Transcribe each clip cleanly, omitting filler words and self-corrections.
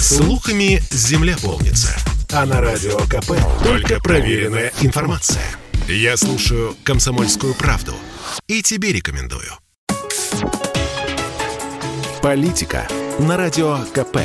Слухами земля полнится. А на Радио КП только проверенная информация. Я слушаю «Комсомольскую правду» и тебе рекомендую. Политика на Радио КП.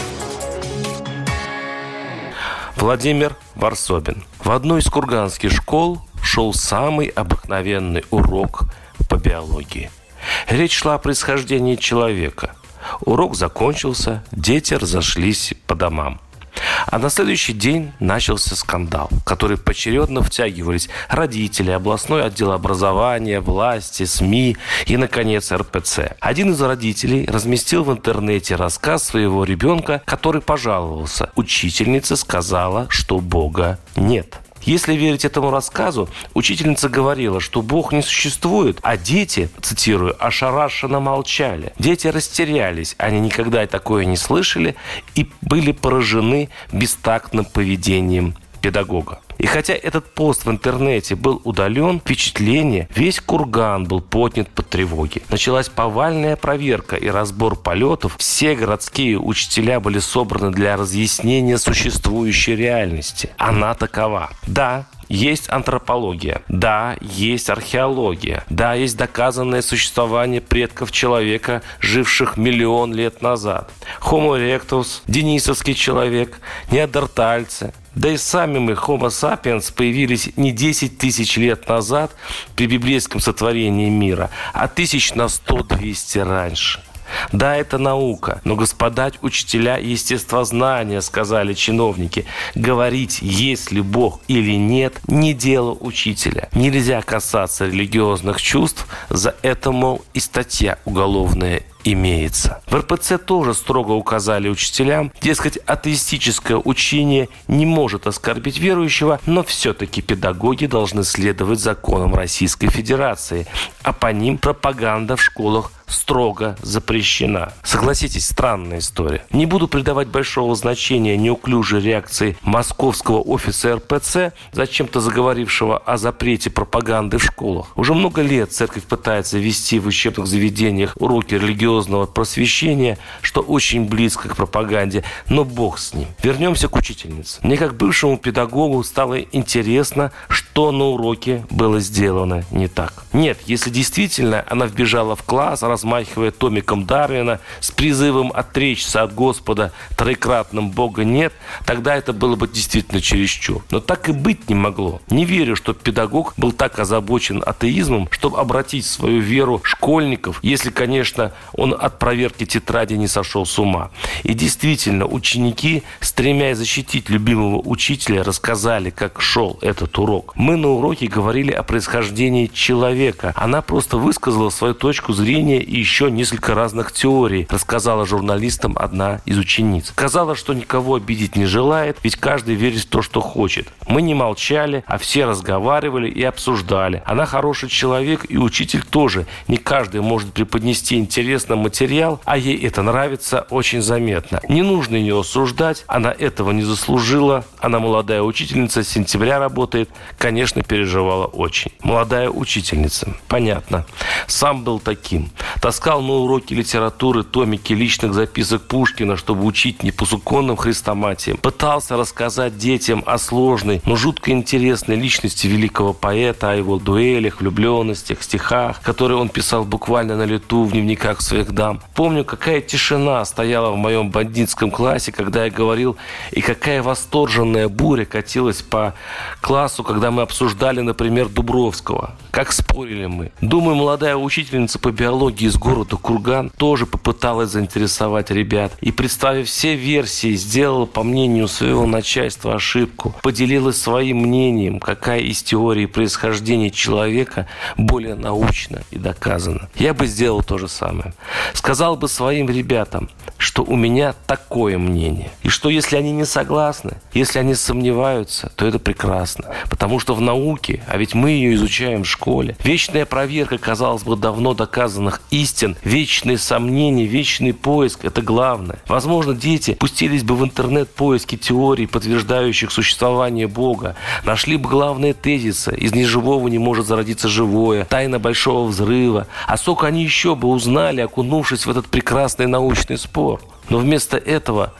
Владимир Варсобин. В одной из курганских школ шел самый обыкновенный урок по биологии. Речь шла о происхождении человека. Урок закончился, дети разошлись по домам. А на следующий день начался скандал, в который поочередно втягивались родители, областной отдел образования, власти, СМИ и, наконец, РПЦ. Один из родителей разместил в интернете рассказ своего ребенка, который пожаловался. Учительница сказала, что Бога нет. Если верить этому рассказу, учительница говорила, что Бог не существует, а дети, цитирую, ошарашенно молчали. Дети растерялись, они никогда такое не слышали и были поражены бестактным поведением педагога. И хотя этот пост в интернете был удален, впечатление, весь курган был поднят по тревоге. Началась повальная проверка и разбор полетов. Все городские учителя были собраны для разъяснения существующей реальности. Она такова. Да, есть антропология. Да, есть археология. Да, есть доказанное существование предков человека, живших миллион лет назад. Homo erectus, денисовский человек, неандертальцы. Да и сами мы, Homo sapiens, появились не 10 тысяч лет назад при библейском сотворении мира, а 100-100-200 раньше. Да, это наука, но, господа учителя естествознания, сказали чиновники, говорить, есть ли Бог или нет, не дело учителя. Нельзя касаться религиозных чувств, за это, мол, и статья уголовная имеется. В РПЦ тоже строго указали учителям, дескать, атеистическое учение не может оскорбить верующего, но все-таки педагоги должны следовать законам Российской Федерации, а по ним пропаганда в школах строго запрещена. Согласитесь, странная история. Не буду придавать большого значения неуклюжей реакции московского офиса РПЦ, зачем-то заговорившего о запрете пропаганды в школах. Уже много лет церковь пытается вести в учебных заведениях уроки религиозного просвещения, что очень близко к пропаганде, но бог с ним. Вернемся к учительнице. Мне, как бывшему педагогу, стало интересно, что на уроке было сделано не так. Нет, если действительно она вбежала в класс, размахивая томиком Дарвина с призывом отречься от Господа троекратным Бога нет, тогда это было бы действительно чересчур. Но так и быть не могло. Не верю, что педагог был так озабочен атеизмом, чтобы обратить свою веру школьников, если, конечно, он от проверки тетради не сошел с ума. И действительно, ученики, стремясь защитить любимого учителя, рассказали, как шел этот урок. Мы на уроке говорили о происхождении человека. Она просто высказала свою точку зрения и еще несколько разных теорий, рассказала журналистам одна из учениц. Сказала, что никого обидеть не желает, ведь каждый верит в то, что хочет. Мы не молчали, а все разговаривали и обсуждали. Она хороший человек, и учитель тоже. Не каждый может преподнести интересный материал, а ей это нравится очень заметно. Не нужно ее осуждать, она этого не заслужила. Она молодая учительница, с сентября работает, конечно, переживала очень. Молодая учительница, понятно. Сам был таким. Таскал на уроки литературы томики личных записок Пушкина, чтобы учить не по законным хрестоматиям. Пытался рассказать детям о сложной, но жутко интересной личности великого поэта, о его дуэлях, влюбленностях, стихах, которые он писал буквально на лету в дневниках своих дам. Помню, какая тишина стояла в моем бандитском классе, когда я говорил, и какая восторженная буря катилась по классу, когда мы обсуждали, например, Дубровского. Как спорили мы. Думаю, молодая учительница по биологии из города Курган тоже попыталась заинтересовать ребят. И, представив все версии, сделала, по мнению своего начальства, ошибку. Поделилась своим мнением, какая из теорий происхождения человека более научна и доказана. Я бы сделал то же самое. Сказал бы своим ребятам, что у меня такое мнение. И что если они не согласны, если они сомневаются, то это прекрасно. Потому что в науке, а ведь мы ее изучаем в школе, вечная проверка, казалось бы, давно доказанных истин, вечные сомнения, вечный поиск – это главное. Возможно, дети пустились бы в интернет-поиски теорий, подтверждающих существование Бога, нашли бы главные тезисы «из неживого не может зародиться живое», «тайна большого взрыва», а сколько они еще бы узнали, окунувшись в этот прекрасный научный спор. Но вместо этого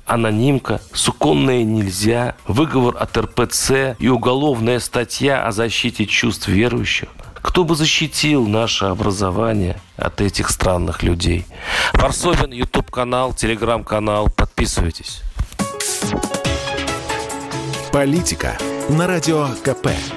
анонимка, суконное нельзя, выговор от РПЦ и уголовная статья о защите чувств верующих. Кто бы защитил наше образование от этих странных людей? Варсобин, YouTube-канал, Telegram-канал. Подписывайтесь. Политика на Радио КП.